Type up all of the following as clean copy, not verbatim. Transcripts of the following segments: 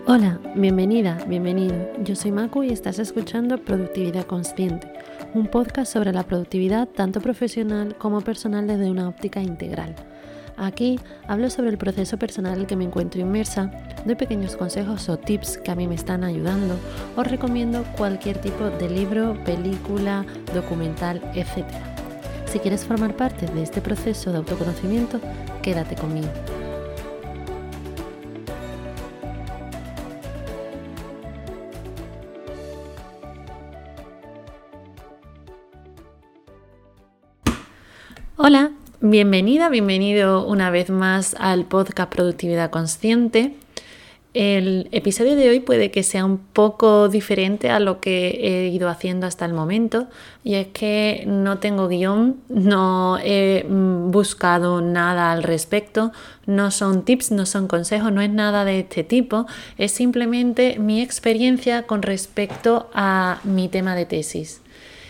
Hola, bienvenida, bienvenido. Yo soy Maku y estás escuchando Productividad Consciente, un podcast sobre la productividad tanto profesional como personal desde una óptica integral. Aquí hablo sobre el proceso personal en el que me encuentro inmersa, doy pequeños consejos o tips que a mí me están ayudando, os recomiendo cualquier tipo de libro, película, documental, etc. Si quieres formar parte de este proceso de autoconocimiento, quédate conmigo. Hola, bienvenida, bienvenido una vez más al podcast Productividad Consciente. El episodio de hoy puede que sea un poco diferente a lo que he ido haciendo hasta el momento, y es que no tengo guión, no he buscado nada al respecto, no son tips, no son consejos, no es nada de este tipo, es simplemente mi experiencia con respecto a mi tema de tesis.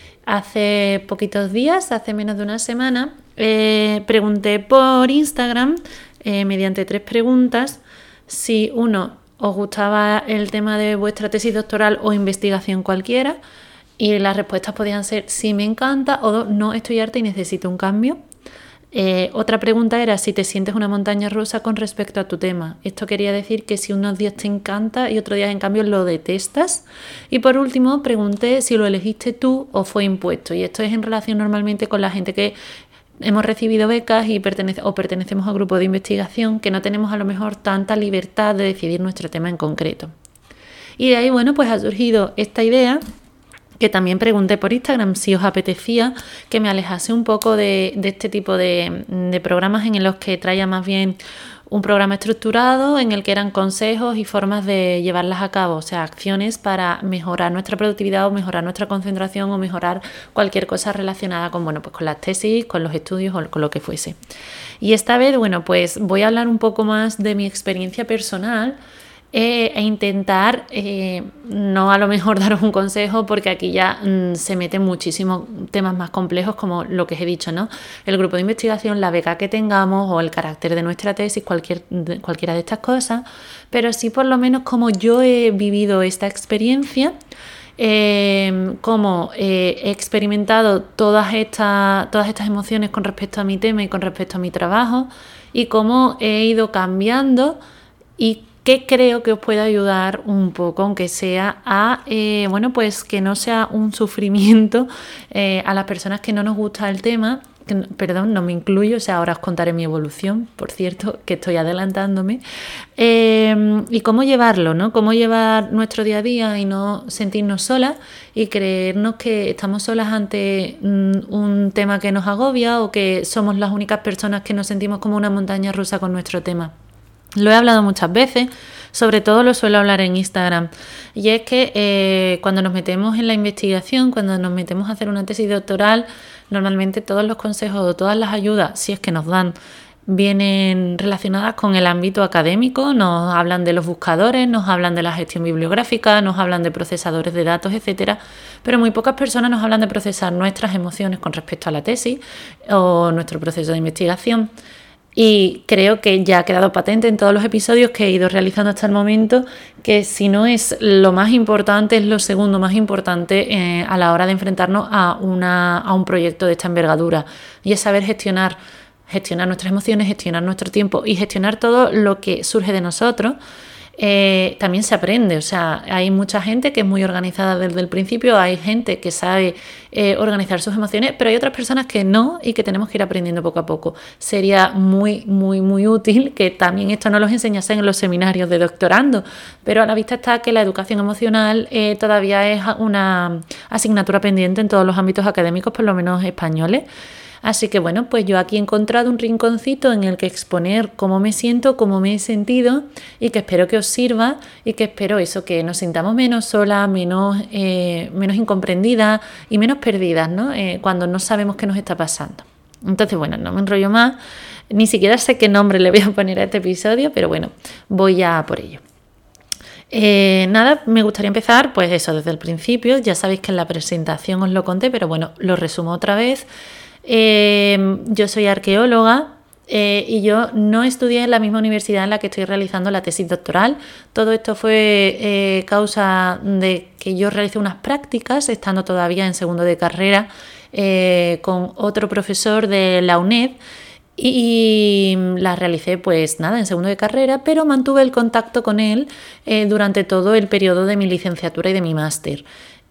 Hace poquitos días, hace menos de una semana, pregunté por Instagram, mediante 3 preguntas, si uno, os gustaba el tema de vuestra tesis doctoral o investigación cualquiera, y las respuestas podían ser sí, me encanta, o 2, no, estoy harta y necesito un cambio. Otra pregunta era si te sientes una montaña rusa con respecto a tu tema. Esto quería decir que si unos días te encanta y otros días en cambio lo detestas. Y por último pregunté si lo elegiste tú o fue impuesto. Y esto es en relación normalmente con la gente que hemos recibido becas y pertenecemos a grupos de investigación, que no tenemos a lo mejor tanta libertad de decidir nuestro tema en concreto. Y de ahí, bueno, pues ha surgido esta idea, que también pregunté por Instagram si os apetecía que me alejase un poco de este tipo de programas en los que traía más bien un programa estructurado en el que eran consejos y formas de llevarlas a cabo, o sea, acciones para mejorar nuestra productividad o mejorar nuestra concentración o mejorar cualquier cosa relacionada con, bueno, pues con las tesis, con los estudios o con lo que fuese. Y esta vez, bueno, pues voy a hablar un poco más de mi experiencia personal, e intentar, no a lo mejor daros un consejo, porque aquí ya se meten muchísimos temas más complejos, como lo que os he dicho, ¿no? El grupo de investigación, la beca que tengamos o el carácter de nuestra tesis, cualquiera de estas cosas, pero sí por lo menos como yo he vivido esta experiencia, cómo he experimentado todas estas emociones con respecto a mi tema y con respecto a mi trabajo, y cómo he ido cambiando y que creo que os puede ayudar un poco, aunque sea a, bueno, pues que no sea un sufrimiento a las personas que no nos gusta el tema. Perdón, no me incluyo, o sea, ahora os contaré mi evolución, por cierto, que estoy adelantándome, y cómo llevarlo, ¿no? Cómo llevar nuestro día a día y no sentirnos solas y creernos que estamos solas ante un tema que nos agobia, o que somos las únicas personas que nos sentimos como una montaña rusa con nuestro tema. Lo he hablado muchas veces, sobre todo lo suelo hablar en Instagram, y es que cuando nos metemos en la investigación, cuando nos metemos a hacer una tesis doctoral, normalmente todos los consejos o todas las ayudas, si es que nos dan, vienen relacionadas con el ámbito académico. Nos hablan de los buscadores, nos hablan de la gestión bibliográfica, nos hablan de procesadores de datos, etcétera, pero muy pocas personas nos hablan de procesar nuestras emociones con respecto a la tesis o nuestro proceso de investigación. Y creo que ya ha quedado patente en todos los episodios que he ido realizando hasta el momento que si no es lo más importante, es lo segundo más importante a la hora de enfrentarnos a un proyecto de esta envergadura, y es saber gestionar nuestras emociones, gestionar nuestro tiempo y gestionar todo lo que surge de nosotros. También se aprende, o sea, hay mucha gente que es muy organizada desde el principio, hay gente que sabe organizar sus emociones, pero hay otras personas que no, y que tenemos que ir aprendiendo poco a poco. Sería muy, muy, muy útil que también esto nos lo enseñasen en los seminarios de doctorando, pero a la vista está que la educación emocional todavía es una asignatura pendiente en todos los ámbitos académicos, por lo menos españoles. Así que bueno, pues yo aquí he encontrado un rinconcito en el que exponer cómo me siento, cómo me he sentido, y que espero que os sirva, y que espero eso, que nos sintamos menos solas, menos incomprendidas y menos perdidas, ¿no? Cuando no sabemos qué nos está pasando. Entonces, bueno, no me enrollo más, ni siquiera sé qué nombre le voy a poner a este episodio, pero bueno, voy a por ello. Nada, me gustaría empezar pues eso desde el principio. Ya sabéis que en la presentación os lo conté, pero bueno, lo resumo otra vez. Yo soy arqueóloga, y yo no estudié en la misma universidad en la que estoy realizando la tesis doctoral. Todo esto fue causa de que yo realicé unas prácticas, estando todavía en segundo de carrera, con otro profesor de la UNED, y las realicé pues nada en segundo de carrera, pero mantuve el contacto con él durante todo el periodo de mi licenciatura y de mi máster.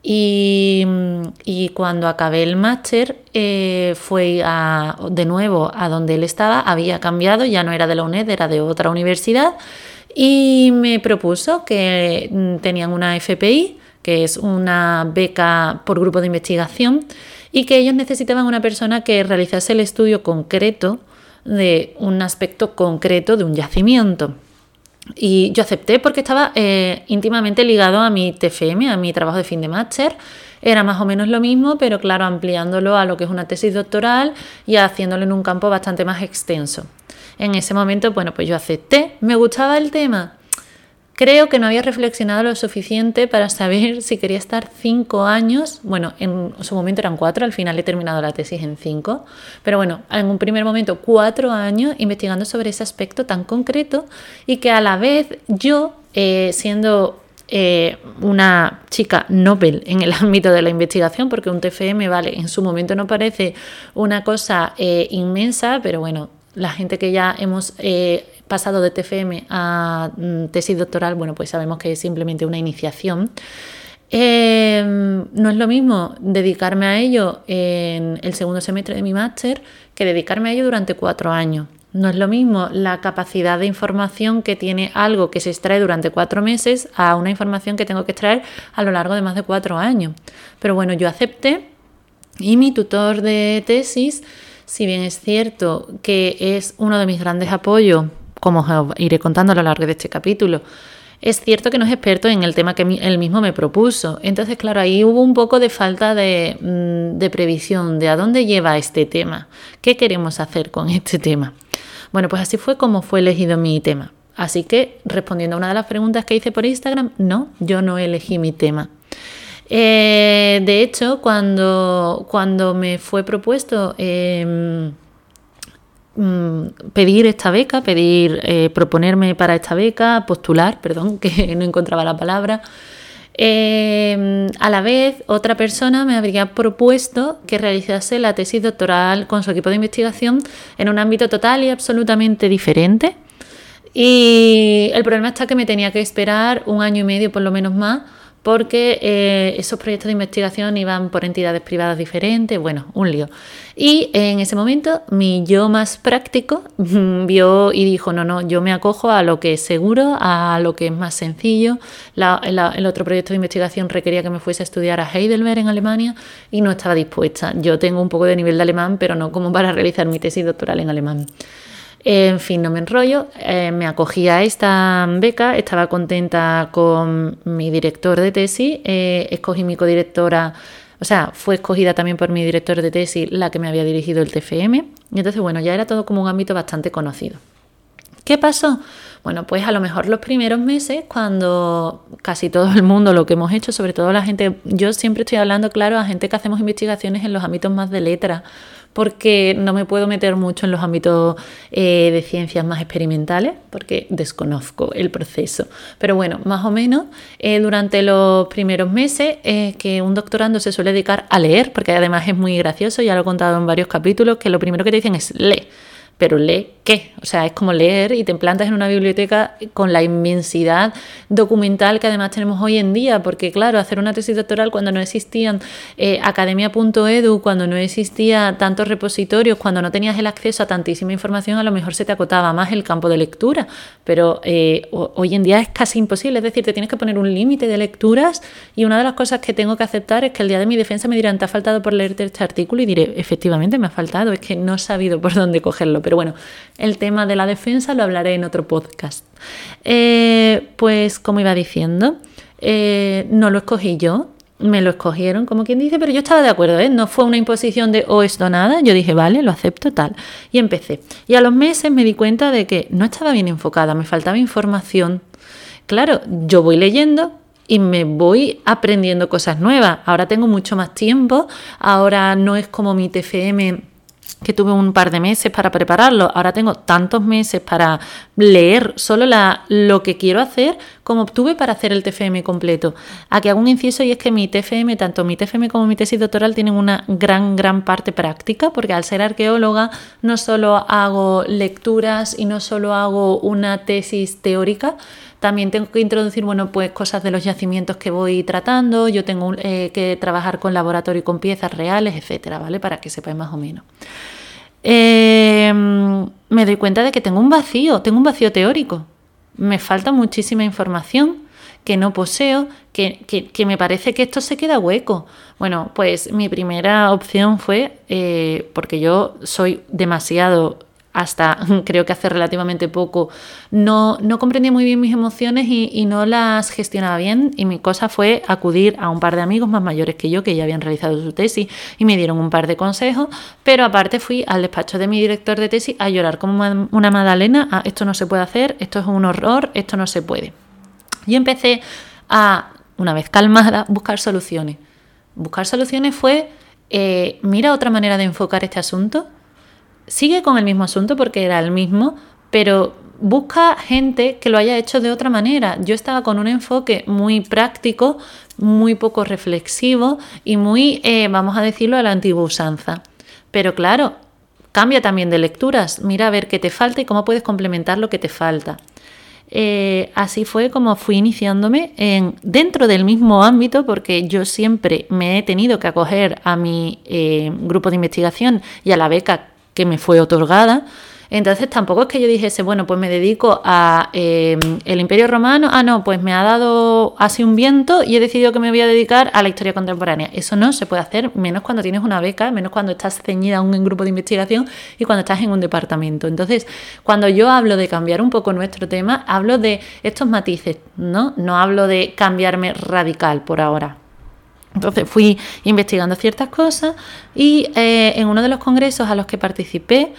Y cuando acabé el máster fui de nuevo a donde él estaba. Había cambiado, ya no era de la UNED, era de otra universidad, y me propuso que tenían una FPI, que es una beca por grupo de investigación, y que ellos necesitaban una persona que realizase el estudio concreto de un aspecto concreto de un yacimiento. Y yo acepté porque estaba íntimamente ligado a mi TFM, a mi trabajo de fin de máster. Era más o menos lo mismo, pero claro, ampliándolo a lo que es una tesis doctoral y haciéndolo en un campo bastante más extenso. En ese momento, bueno, pues yo acepté. ¿Me gustaba el tema? Creo que no había reflexionado lo suficiente para saber si quería estar 5 años, bueno, en su momento eran 4, al final he terminado la tesis en 5, pero bueno, en un primer momento 4 años investigando sobre ese aspecto tan concreto, y que a la vez yo, siendo una chica Nobel en el ámbito de la investigación, porque un TFM, vale, en su momento no parece una cosa inmensa, pero bueno, la gente que ya hemos pasado de TFM a tesis doctoral, bueno, pues sabemos que es simplemente una iniciación. No es lo mismo dedicarme a ello en el segundo semestre de mi máster que dedicarme a ello durante 4 años. No es lo mismo la capacidad de información que tiene algo que se extrae durante 4 meses a una información que tengo que extraer a lo largo de más de 4 años. Pero bueno, yo acepté, y mi tutor de tesis, si bien es cierto que es uno de mis grandes apoyos, como os iré contando a lo largo de este capítulo, es cierto que no es experto en el tema que él mismo me propuso. Entonces, claro, ahí hubo un poco de falta de previsión de a dónde lleva este tema, qué queremos hacer con este tema. Bueno, pues así fue como fue elegido mi tema. Así que, respondiendo a una de las preguntas que hice por Instagram, no, yo no elegí mi tema. De hecho, cuando me fue propuesto pedir esta beca, proponerme para esta beca, postular, perdón, que no encontraba la palabra, a la vez otra persona me habría propuesto que realizase la tesis doctoral con su equipo de investigación en un ámbito total y absolutamente diferente. Y el problema está que me tenía que esperar 1 año y medio por lo menos más, porque esos proyectos de investigación iban por entidades privadas diferentes, bueno, un lío. Y en ese momento mi yo más práctico vio y dijo, no, yo me acojo a lo que es seguro, a lo que es más sencillo. El otro proyecto de investigación requería que me fuese a estudiar a Heidelberg en Alemania y no estaba dispuesta. Yo tengo un poco de nivel de alemán, pero no como para realizar mi tesis doctoral en alemán. En fin, no me enrollo, me acogí a esta beca, estaba contenta con mi director de tesis, escogí mi codirectora, o sea, fue escogida también por mi director de tesis la que me había dirigido el TFM, y entonces bueno, ya era todo como un ámbito bastante conocido. ¿Qué pasó? Bueno, pues a lo mejor los primeros meses, cuando casi todo el mundo lo que hemos hecho, sobre todo la gente, yo siempre estoy hablando, claro, a gente que hacemos investigaciones en los ámbitos más de letra, porque no me puedo meter mucho en los ámbitos de ciencias más experimentales, porque desconozco el proceso. Pero bueno, más o menos durante los primeros meses que un doctorando se suele dedicar a leer, porque además es muy gracioso, ya lo he contado en varios capítulos, que lo primero que te dicen es lee. Pero lee ¿qué? O sea, es como leer y te plantas en una biblioteca con la inmensidad documental que además tenemos hoy en día, porque claro, hacer una tesis doctoral cuando no existían academia.edu, cuando no existía tantos repositorios, cuando no tenías el acceso a tantísima información, a lo mejor se te acotaba más el campo de lectura, pero hoy en día es casi imposible, es decir, te tienes que poner un límite de lecturas, y una de las cosas que tengo que aceptar es que el día de mi defensa me dirán, ¿te ha faltado por leerte este artículo? Y diré, efectivamente me ha faltado, es que no he sabido por dónde cogerlo. Pero bueno, el tema de la defensa lo hablaré en otro podcast. Pues como iba diciendo, no lo escogí yo, me lo escogieron, como quien dice, pero yo estaba de acuerdo, no fue una imposición de esto nada, yo dije vale, lo acepto tal, y empecé. Y a los meses me di cuenta de que no estaba bien enfocada, me faltaba información. Claro, yo voy leyendo y me voy aprendiendo cosas nuevas. Ahora tengo mucho más tiempo, ahora no es como mi TFM que tuve un par de meses para prepararlo, ahora tengo tantos meses para leer solo lo que quiero hacer como tuve para hacer el TFM completo. Aquí hago un inciso y es que mi TFM, tanto mi TFM como mi tesis doctoral tienen una gran parte práctica, porque al ser arqueóloga no solo hago lecturas y no solo hago una tesis teórica, también tengo que introducir, pues cosas de los yacimientos que voy tratando, yo tengo que trabajar con laboratorio y con piezas reales, etcétera, ¿vale? Para que sepáis más o menos. Me doy cuenta de que tengo un vacío teórico. Me falta muchísima información que no poseo, que me parece que esto se queda hueco. Bueno, pues mi primera opción fue, porque yo soy demasiado, hasta creo que hace relativamente poco, no comprendía muy bien mis emociones y no las gestionaba bien, y mi cosa fue acudir a un par de amigos más mayores que yo, que ya habían realizado su tesis y me dieron un par de consejos, pero aparte fui al despacho de mi director de tesis a llorar como una magdalena, esto no se puede hacer, esto es un horror, esto no se puede. Y empecé a, una vez calmada, buscar soluciones. Buscar soluciones fue, mira otra manera de enfocar este asunto. Sigue con el mismo asunto porque era el mismo, pero busca gente que lo haya hecho de otra manera. Yo estaba con un enfoque muy práctico, muy poco reflexivo y muy, vamos a decirlo, a la antigua usanza. Pero claro, cambia también de lecturas. Mira a ver qué te falta y cómo puedes complementar lo que te falta. Así fue como fui iniciándome dentro del mismo ámbito, porque yo siempre me he tenido que acoger a mi grupo de investigación y a la beca que me fue otorgada. Entonces tampoco es que yo dijese, bueno, pues me dedico a el Imperio Romano, no, pues me ha dado así un viento y he decidido que me voy a dedicar a la historia contemporánea. Eso no se puede hacer, menos cuando tienes una beca, menos cuando estás ceñida a un grupo de investigación y cuando estás en un departamento. Entonces, cuando yo hablo de cambiar un poco nuestro tema, hablo de estos matices, ¿no? No hablo de cambiarme radical por ahora. Entonces fui investigando ciertas cosas y en uno de los congresos a los que participé,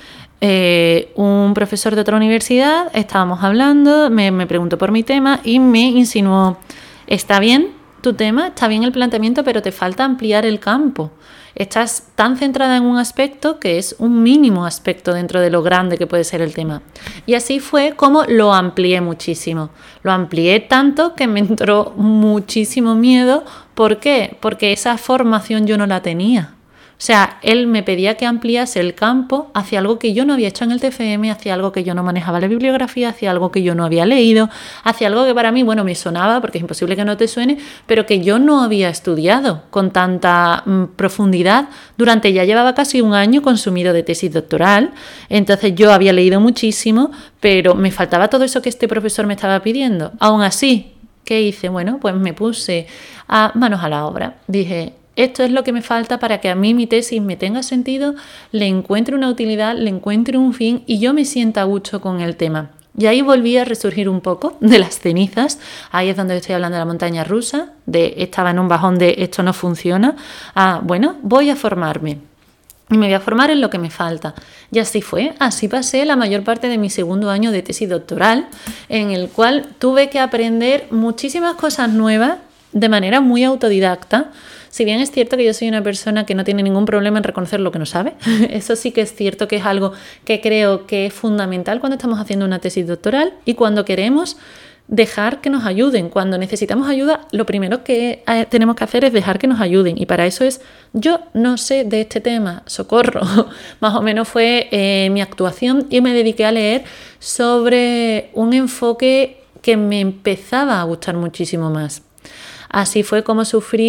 un profesor de otra universidad, estábamos hablando, me preguntó por mi tema y me insinuó, está bien tu tema, está bien el planteamiento, pero te falta ampliar el campo. Estás tan centrada en un aspecto que es un mínimo aspecto dentro de lo grande que puede ser el tema. Y así fue como lo amplié muchísimo. Lo amplié tanto que me entró muchísimo miedo. ¿Por qué? Porque esa formación yo no la tenía. O sea, él me pedía que ampliase el campo hacia algo que yo no había hecho en el TFM, hacia algo que yo no manejaba la bibliografía, hacia algo que yo no había leído, hacia algo que para mí, me sonaba, porque es imposible que no te suene, pero que yo no había estudiado con tanta profundidad. Ya llevaba casi un año consumido de tesis doctoral, entonces yo había leído muchísimo, pero me faltaba todo eso que este profesor me estaba pidiendo. Aún así, ¿qué hice? Bueno, pues me puse manos a la obra. Dije, esto es lo que me falta para que a mí mi tesis me tenga sentido, le encuentre una utilidad, le encuentre un fin y yo me sienta a gusto con el tema. Y ahí volví a resurgir un poco de las cenizas. Ahí es donde estoy hablando de la montaña rusa, estaba en un bajón de esto no funciona. Voy a formarme. Y me voy a formar en lo que me falta. Y así fue, así pasé la mayor parte de mi segundo año de tesis doctoral, en el cual tuve que aprender muchísimas cosas nuevas de manera muy autodidacta. Si bien es cierto que yo soy una persona que no tiene ningún problema en reconocer lo que no sabe, eso sí que es cierto que es algo que creo que es fundamental cuando estamos haciendo una tesis doctoral y cuando queremos dejar que nos ayuden. Cuando necesitamos ayuda, lo primero que tenemos que hacer es dejar que nos ayuden, y para eso es, yo no sé de este tema, socorro. Más o menos fue mi actuación, y me dediqué a leer sobre un enfoque que me empezaba a gustar muchísimo más. Así fue como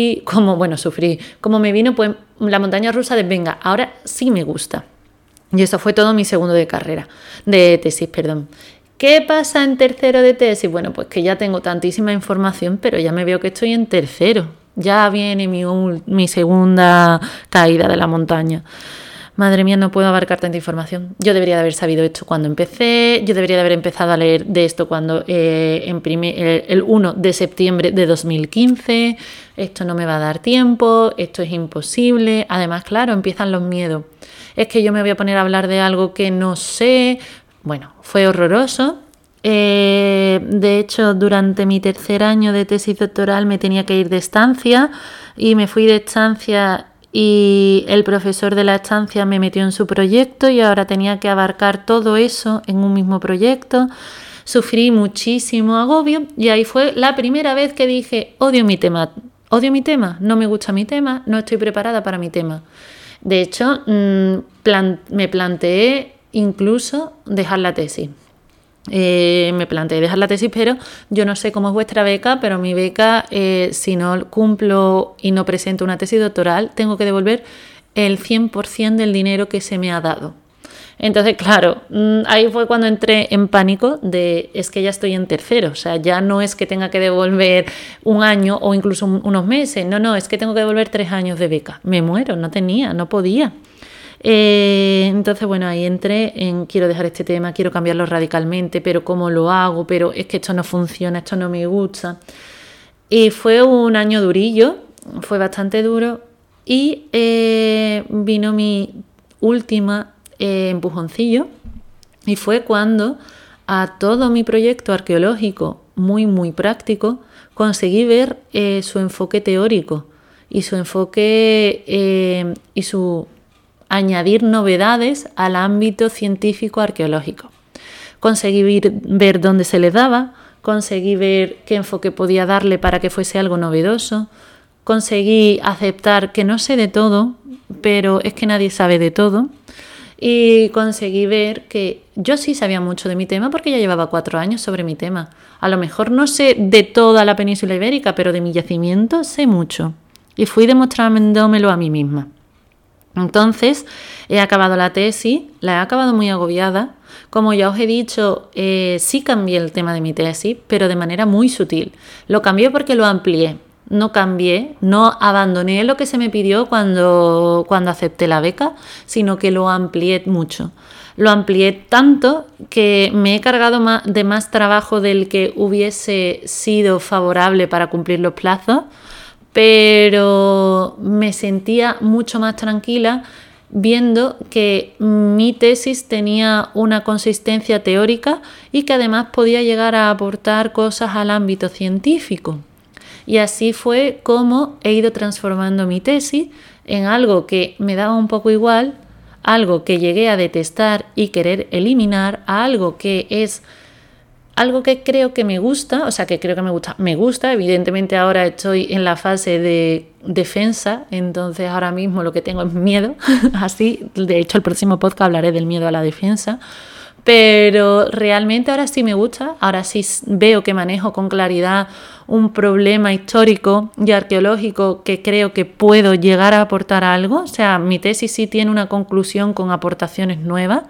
como me vino pues la montaña rusa de venga, ahora sí me gusta. Y eso fue todo mi segundo de tesis. ¿Qué pasa en tercero de tesis? Bueno, pues que ya tengo tantísima información, pero ya me veo que estoy en tercero. Ya viene mi segunda caída de la montaña. Madre mía, no puedo abarcar tanta información. Yo debería de haber sabido esto cuando empecé. Yo debería de haber empezado a leer de esto cuando el 1 de septiembre de 2015. Esto no me va a dar tiempo. Esto es imposible. Además, claro, empiezan los miedos. Es que yo me voy a poner a hablar de algo que no sé. Bueno, fue horroroso. De hecho, durante mi tercer año de tesis doctoral me tenía que ir de estancia y me fui de estancia y el profesor de la estancia me metió en su proyecto y ahora tenía que abarcar todo eso en un mismo proyecto. Sufrí muchísimo agobio y ahí fue la primera vez que dije, odio mi tema, no me gusta mi tema, no estoy preparada para mi tema. De hecho, me planteé incluso dejar la tesis. Pero yo no sé cómo es vuestra beca, pero mi beca, si no cumplo y no presento una tesis doctoral, tengo que devolver el 100% del dinero que se me ha dado. Entonces, claro, ahí fue cuando entré en pánico es que ya estoy en tercero, o sea, ya no es que tenga que devolver un año o incluso unos meses, no, es que tengo que devolver 3 años de beca. Me muero, no podía. Entonces, bueno, ahí entré en quiero dejar este tema, quiero cambiarlo radicalmente, pero ¿cómo lo hago? Pero es que esto no funciona, esto no me gusta. Y fue un año durillo, fue bastante duro y vino mi última empujoncillo y fue cuando a todo mi proyecto arqueológico muy muy práctico conseguí ver su enfoque teórico y su enfoque y su añadir novedades al ámbito científico arqueológico. Conseguí ver dónde se le daba, conseguí ver qué enfoque podía darle para que fuese algo novedoso, conseguí aceptar que no sé de todo, pero es que nadie sabe de todo. Y conseguí ver que yo sí sabía mucho de mi tema porque ya llevaba 4 años sobre mi tema. A lo mejor no sé de toda la península ibérica, pero de mi yacimiento sé mucho. Y fui demostrándomelo a mí misma. Entonces, he acabado la tesis, la he acabado muy agobiada. Como ya os he dicho, sí cambié el tema de mi tesis, pero de manera muy sutil. Lo cambié porque lo amplié. No cambié, no abandoné lo que se me pidió cuando acepté la beca, sino que lo amplié mucho. Lo amplié tanto que me he cargado de más trabajo del que hubiese sido favorable para cumplir los plazos, pero me sentía mucho más tranquila viendo que mi tesis tenía una consistencia teórica y que además podía llegar a aportar cosas al ámbito científico. Y así fue como he ido transformando mi tesis en algo que me daba un poco igual, algo que llegué a detestar y querer eliminar, a algo que es algo que creo que me gusta, me gusta, evidentemente ahora estoy en la fase de defensa, entonces ahora mismo lo que tengo es miedo, así, de hecho el próximo podcast hablaré del miedo a la defensa, pero realmente ahora sí me gusta, ahora sí veo que manejo con claridad un problema histórico y arqueológico que creo que puedo llegar a aportar algo, o sea, mi tesis sí tiene una conclusión con aportaciones nuevas.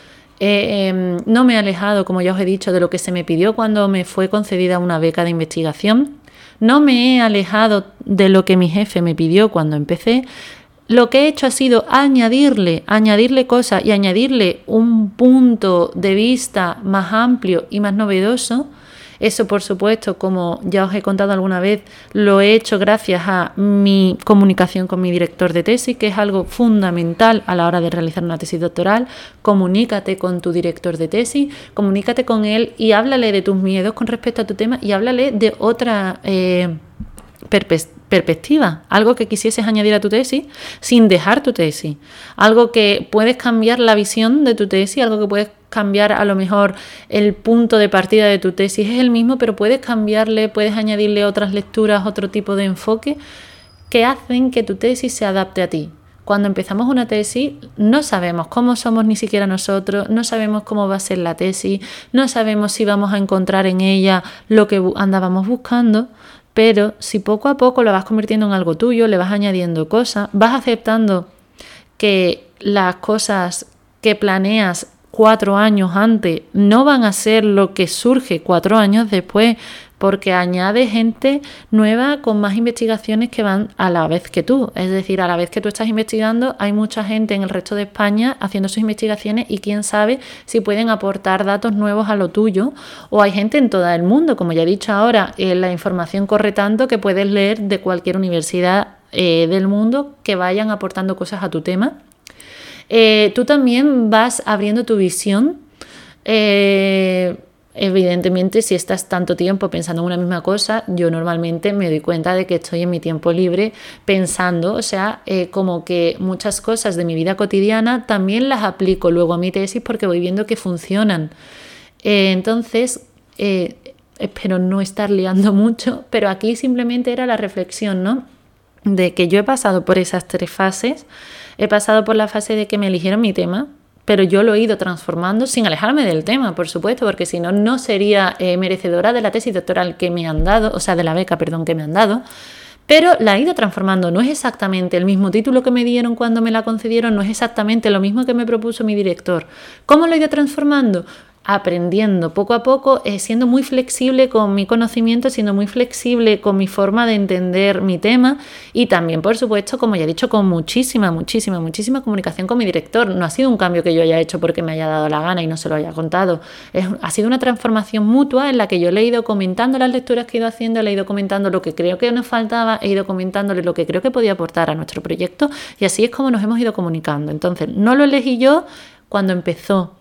No me he alejado, como ya os he dicho, de lo que se me pidió cuando me fue concedida una beca de investigación. No me he alejado de lo que mi jefe me pidió cuando empecé. Lo que he hecho ha sido añadirle cosas y añadirle un punto de vista más amplio y más novedoso. Eso, por supuesto, como ya os he contado alguna vez, lo he hecho gracias a mi comunicación con mi director de tesis, que es algo fundamental a la hora de realizar una tesis doctoral. Comunícate con tu director de tesis, comunícate con él y háblale de tus miedos con respecto a tu tema y háblale de otra perspectiva, algo que quisieses añadir a tu tesis sin dejar tu tesis, algo que puedes cambiar la visión de tu tesis, algo que puedes cambiar a lo mejor el punto de partida de tu tesis es el mismo, pero puedes cambiarle, puedes añadirle otras lecturas, otro tipo de enfoque que hacen que tu tesis se adapte a ti. Cuando empezamos una tesis no sabemos cómo somos ni siquiera nosotros, no sabemos cómo va a ser la tesis, no sabemos si vamos a encontrar en ella lo que andábamos buscando, pero si poco a poco lo vas convirtiendo en algo tuyo, le vas añadiendo cosas, vas aceptando que las cosas que planeas 4 años antes no van a ser lo que surge 4 años después, porque añade gente nueva con más investigaciones que van a la vez que tú. Es decir, a la vez que tú estás investigando, hay mucha gente en el resto de España haciendo sus investigaciones y quién sabe si pueden aportar datos nuevos a lo tuyo. O hay gente en todo el mundo, como ya he dicho ahora, la información corre tanto que puedes leer de cualquier universidad del mundo que vayan aportando cosas a tu tema. Tú también vas abriendo tu visión. Evidentemente, si estás tanto tiempo pensando en una misma cosa, yo normalmente me doy cuenta de que estoy en mi tiempo libre pensando, o sea, como que muchas cosas de mi vida cotidiana también las aplico luego a mi tesis porque voy viendo que funcionan. Entonces, espero no estar liando mucho, pero aquí simplemente era la reflexión, ¿no? De que yo he pasado por esas 3 fases. He pasado por la fase de que me eligieron mi tema, pero yo lo he ido transformando sin alejarme del tema, por supuesto, porque si no, no sería merecedora de la tesis doctoral que me han dado, o sea, de la beca, perdón, que me han dado, pero la he ido transformando. No es exactamente el mismo título que me dieron cuando me la concedieron, no es exactamente lo mismo que me propuso mi director. ¿Cómo lo he ido transformando? Aprendiendo poco a poco, siendo muy flexible con mi conocimiento, siendo muy flexible con mi forma de entender mi tema y también, por supuesto, como ya he dicho, con muchísima comunicación con mi director. No ha sido un cambio que yo haya hecho porque me haya dado la gana y no se lo haya contado. Ha sido una transformación mutua en la que yo le he ido comentando las lecturas que he ido haciendo, le he ido comentando lo que creo que nos faltaba, he ido comentándole lo que creo que podía aportar a nuestro proyecto y así es como nos hemos ido comunicando. Entonces, no lo elegí yo cuando empezó.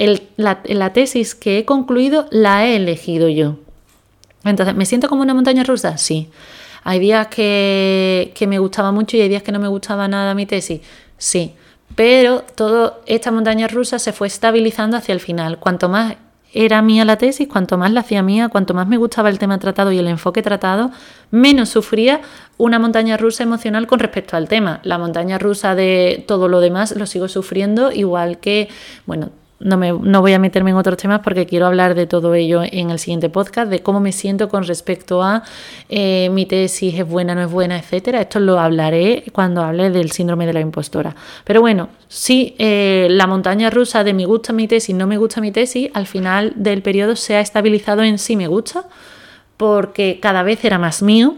La tesis que he concluido la he elegido yo. Entonces, ¿me siento como una montaña rusa? Sí. ¿Hay días que me gustaba mucho y hay días que no me gustaba nada mi tesis? Sí. Pero toda esta montaña rusa se fue estabilizando hacia el final. Cuanto más era mía la tesis, cuanto más la hacía mía, cuanto más me gustaba el tema tratado y el enfoque tratado, menos sufría una montaña rusa emocional con respecto al tema. La montaña rusa de todo lo demás lo sigo sufriendo, igual que, bueno, no voy a meterme en otros temas porque quiero hablar de todo ello en el siguiente podcast, de cómo me siento con respecto a mi tesis es buena, no es buena, etcétera. Esto lo hablaré cuando hable del síndrome de la impostora. Pero bueno, sí, la montaña rusa de me gusta mi tesis, no me gusta mi tesis, al final del periodo se ha estabilizado en sí me gusta, porque cada vez era más mío.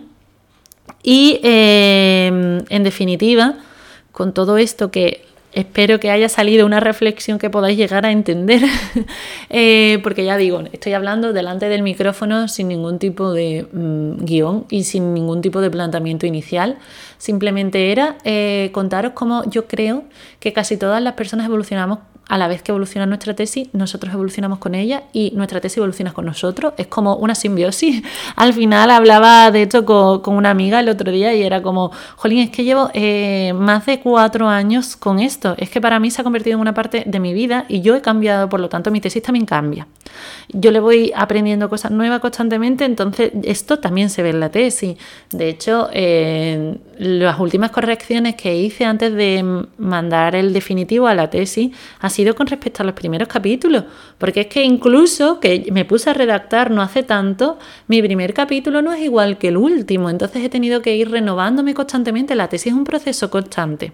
Y en definitiva, con todo esto que espero que haya salido una reflexión que podáis llegar a entender, porque ya digo, estoy hablando delante del micrófono sin ningún tipo de guión y sin ningún tipo de planteamiento inicial. Simplemente era contaros cómo yo creo que casi todas las personas evolucionamos a la vez que evoluciona nuestra tesis, nosotros evolucionamos con ella y nuestra tesis evoluciona con nosotros. Es como una simbiosis. Al final hablaba de esto con una amiga el otro día y era como, jolín, es que llevo más de 4 años con esto. Es que para mí se ha convertido en una parte de mi vida y yo he cambiado, por lo tanto mi tesis también cambia. Yo le voy aprendiendo cosas nuevas constantemente, entonces esto también se ve en la tesis. De hecho, las últimas correcciones que hice antes de mandar el definitivo a la tesis ha sido con respecto a los primeros capítulos, porque es que incluso que me puse a redactar no hace tanto, mi primer capítulo no es igual que el último, entonces he tenido que ir renovándome constantemente. La tesis es un proceso constante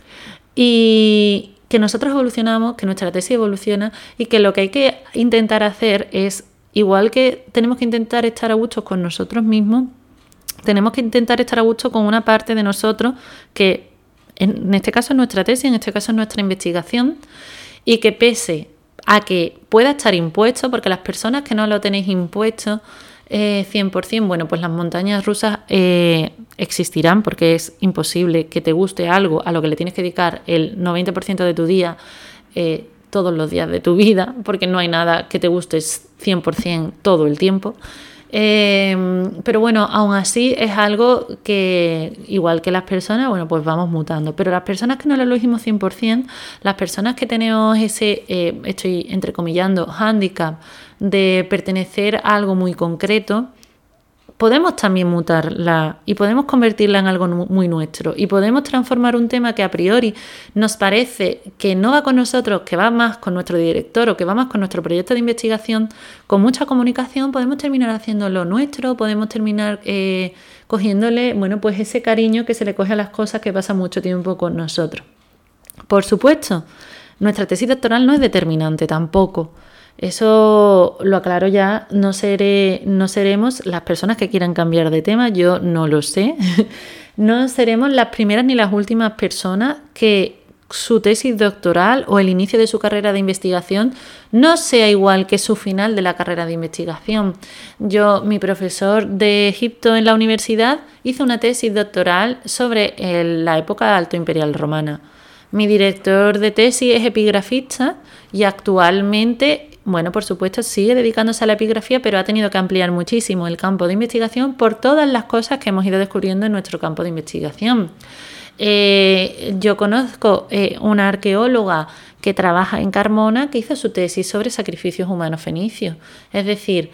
y que nosotros evolucionamos, que nuestra tesis evoluciona y que lo que hay que intentar hacer es, igual que tenemos que intentar estar a gusto con nosotros mismos, tenemos que intentar estar a gusto con una parte de nosotros que en este caso es nuestra tesis, en este caso es nuestra investigación, y que pese a que pueda estar impuesto, porque las personas que no lo tenéis impuesto 100%, bueno, pues las montañas rusas existirán, porque es imposible que te guste algo a lo que le tienes que dedicar el 90% de tu día, todos los días de tu vida, porque no hay nada que te guste 100% todo el tiempo. Pero bueno, aún así es algo que, igual que las personas, bueno, pues vamos mutando. Pero las personas que no lo elegimos 100%, las personas que tenemos ese, estoy entrecomillando, hándicap de pertenecer a algo muy concreto, podemos también mutarla y podemos convertirla en algo muy nuestro y podemos transformar un tema que a priori nos parece que no va con nosotros, que va más con nuestro director o que va más con nuestro proyecto de investigación, con mucha comunicación podemos terminar haciéndolo nuestro, podemos terminar cogiéndole, bueno, pues ese cariño que se le coge a las cosas que pasan mucho tiempo con nosotros. Por supuesto, nuestra tesis doctoral no es determinante tampoco. Eso lo aclaro ya, no seremos las personas que quieran cambiar de tema, yo no lo sé. No seremos las primeras ni las últimas personas que su tesis doctoral o el inicio de su carrera de investigación no sea igual que su final de la carrera de investigación. Mi profesor de Egipto en la universidad hizo una tesis doctoral sobre la época alto imperial romana. Mi director de tesis es epigrafista y actualmente bueno, por supuesto sigue dedicándose a la epigrafía, pero ha tenido que ampliar muchísimo el campo de investigación por todas las cosas que hemos ido descubriendo en nuestro campo de investigación. Yo conozco una arqueóloga que trabaja en Carmona que hizo su tesis sobre sacrificios humanos fenicios. Es decir,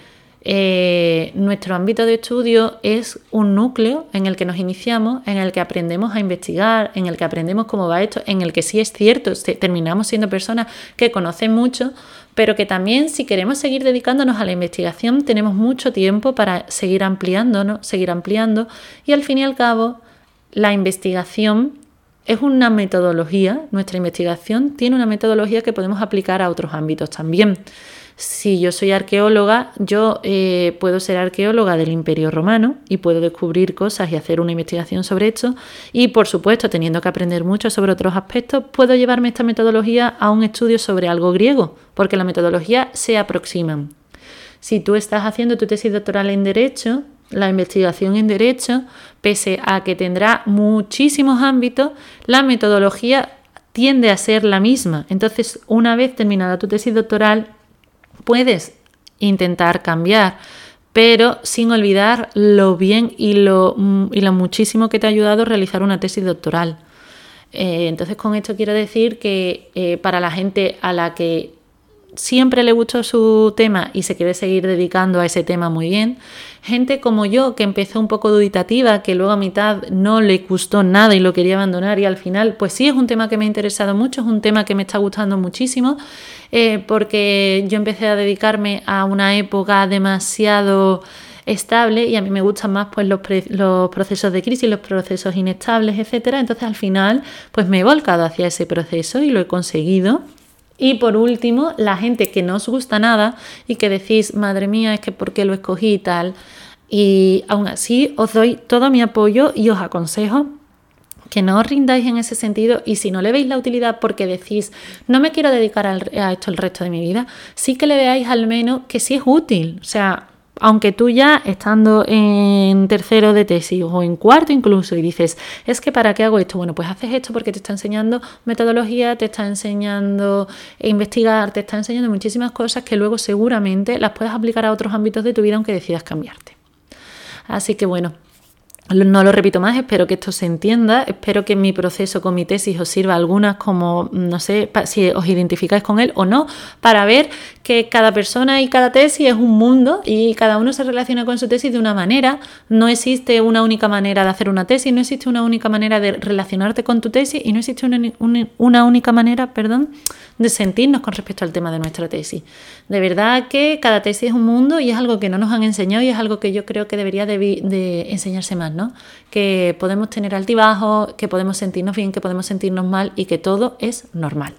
nuestro ámbito de estudio es un núcleo en el que nos iniciamos, en el que aprendemos a investigar, en el que aprendemos cómo va esto, en el que sí es cierto, terminamos siendo personas que conocen mucho, pero que también si queremos seguir dedicándonos a la investigación tenemos mucho tiempo para seguir ampliándonos, seguir ampliando, y al fin y al cabo la investigación es una metodología, nuestra investigación tiene una metodología que podemos aplicar a otros ámbitos también. Si yo soy arqueóloga, yo puedo ser arqueóloga del Imperio Romano y puedo descubrir cosas y hacer una investigación sobre esto, y por supuesto, teniendo que aprender mucho sobre otros aspectos, puedo llevarme esta metodología a un estudio sobre algo griego, porque la metodología se aproximan. Si tú estás haciendo tu tesis doctoral en Derecho, la investigación en Derecho, pese a que tendrá muchísimos ámbitos, la metodología tiende a ser la misma. Entonces, una vez terminada tu tesis doctoral, puedes intentar cambiar, pero sin olvidar lo bien y lo muchísimo que te ha ayudado a realizar una tesis doctoral. Entonces, con esto quiero decir que para la gente a la que siempre le gustó su tema y se quiere seguir dedicando a ese tema muy bien, gente como yo que empezó un poco dubitativa, que luego a mitad no le gustó nada y lo quería abandonar, y al final pues sí es un tema que me ha interesado mucho, es un tema que me está gustando muchísimo, porque yo empecé a dedicarme a una época demasiado estable y a mí me gustan más pues los procesos de crisis, los procesos inestables, etcétera. Entonces al final pues me he volcado hacia ese proceso y lo he conseguido. Y por último, la gente que no os gusta nada y que decís, madre mía, es que ¿por qué lo escogí y tal? Y aún así os doy todo mi apoyo y os aconsejo que no os rindáis en ese sentido, y si no le veis la utilidad porque decís, no me quiero dedicar a esto el resto de mi vida, sí que le veáis al menos que sí es útil. O sea, aunque tú ya estando en tercero de tesis o en cuarto incluso y dices, es que ¿para qué hago esto? Bueno, pues haces esto porque te está enseñando metodología, te está enseñando investigar, te está enseñando muchísimas cosas que luego seguramente las puedes aplicar a otros ámbitos de tu vida aunque decidas cambiarte. Así que bueno, no lo repito más, espero que esto se entienda, espero que mi proceso con mi tesis os sirva a algunas como, no sé, si os identificáis con él o no, para ver que cada persona y cada tesis es un mundo y cada uno se relaciona con su tesis de una manera. No existe una única manera de hacer una tesis, no existe una única manera de relacionarte con tu tesis y no existe una única manera, de sentirnos con respecto al tema de nuestra tesis. De verdad que cada tesis es un mundo y es algo que no nos han enseñado y es algo que yo creo que debería de enseñarse más, ¿no? Que podemos tener altibajos, que podemos sentirnos bien, que podemos sentirnos mal y que todo es normal.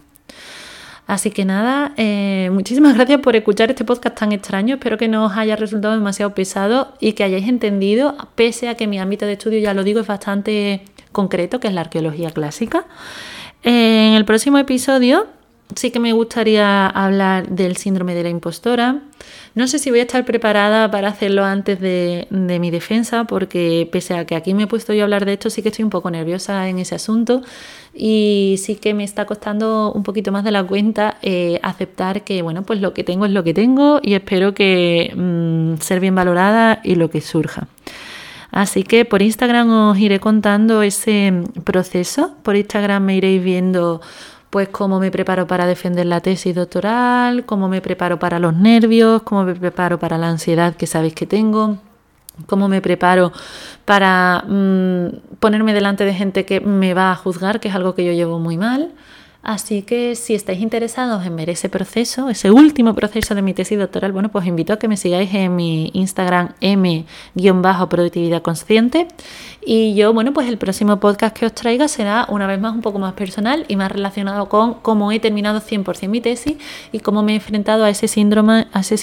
Así que nada, muchísimas gracias por escuchar este podcast tan extraño. Espero que no os haya resultado demasiado pesado y que hayáis entendido, pese a que mi ámbito de estudio, ya lo digo, es bastante concreto, que es la arqueología clásica. En el próximo episodio sí que me gustaría hablar del síndrome de la impostora. No sé si voy a estar preparada para hacerlo antes de mi defensa, porque pese a que aquí me he puesto yo a hablar de esto, sí que estoy un poco nerviosa en ese asunto y sí que me está costando un poquito más de la cuenta aceptar que, bueno, pues lo que tengo es lo que tengo y espero que ser bien valorada y lo que surja. Así que por Instagram os iré contando ese proceso. Por Instagram me iréis viendo pues cómo me preparo para defender la tesis doctoral, cómo me preparo para los nervios, cómo me preparo para la ansiedad que sabéis que tengo, cómo me preparo para ponerme delante de gente que me va a juzgar, que es algo que yo llevo muy mal. Así que si estáis interesados en ver ese proceso, ese último proceso de mi tesis doctoral, bueno, pues os invito a que me sigáis en mi Instagram m_productividad consciente. Y yo, bueno, pues el próximo podcast que os traiga será una vez más un poco más personal y más relacionado con cómo he terminado 100% mi tesis y cómo me he enfrentado a ese síndrome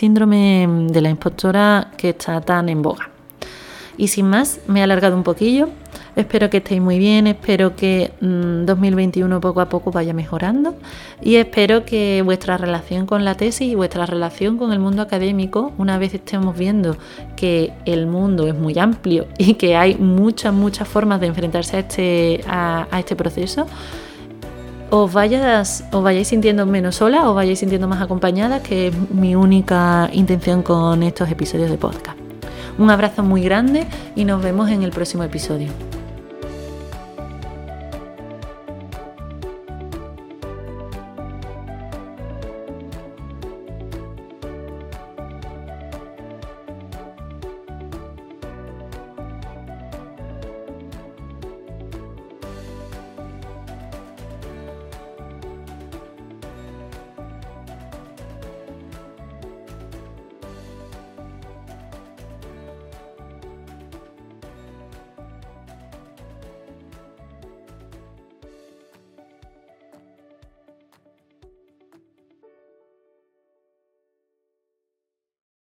de la impostora que está tan en boga. Y sin más, me he alargado un poquillo. Espero que estéis muy bien, espero que 2021 poco a poco vaya mejorando y espero que vuestra relación con la tesis y vuestra relación con el mundo académico, una vez estemos viendo que el mundo es muy amplio y que hay muchas formas de enfrentarse a este proceso, os vayáis sintiendo menos sola, os vayáis sintiendo más acompañadas, que es mi única intención con estos episodios de podcast. Un abrazo muy grande y nos vemos en el próximo episodio.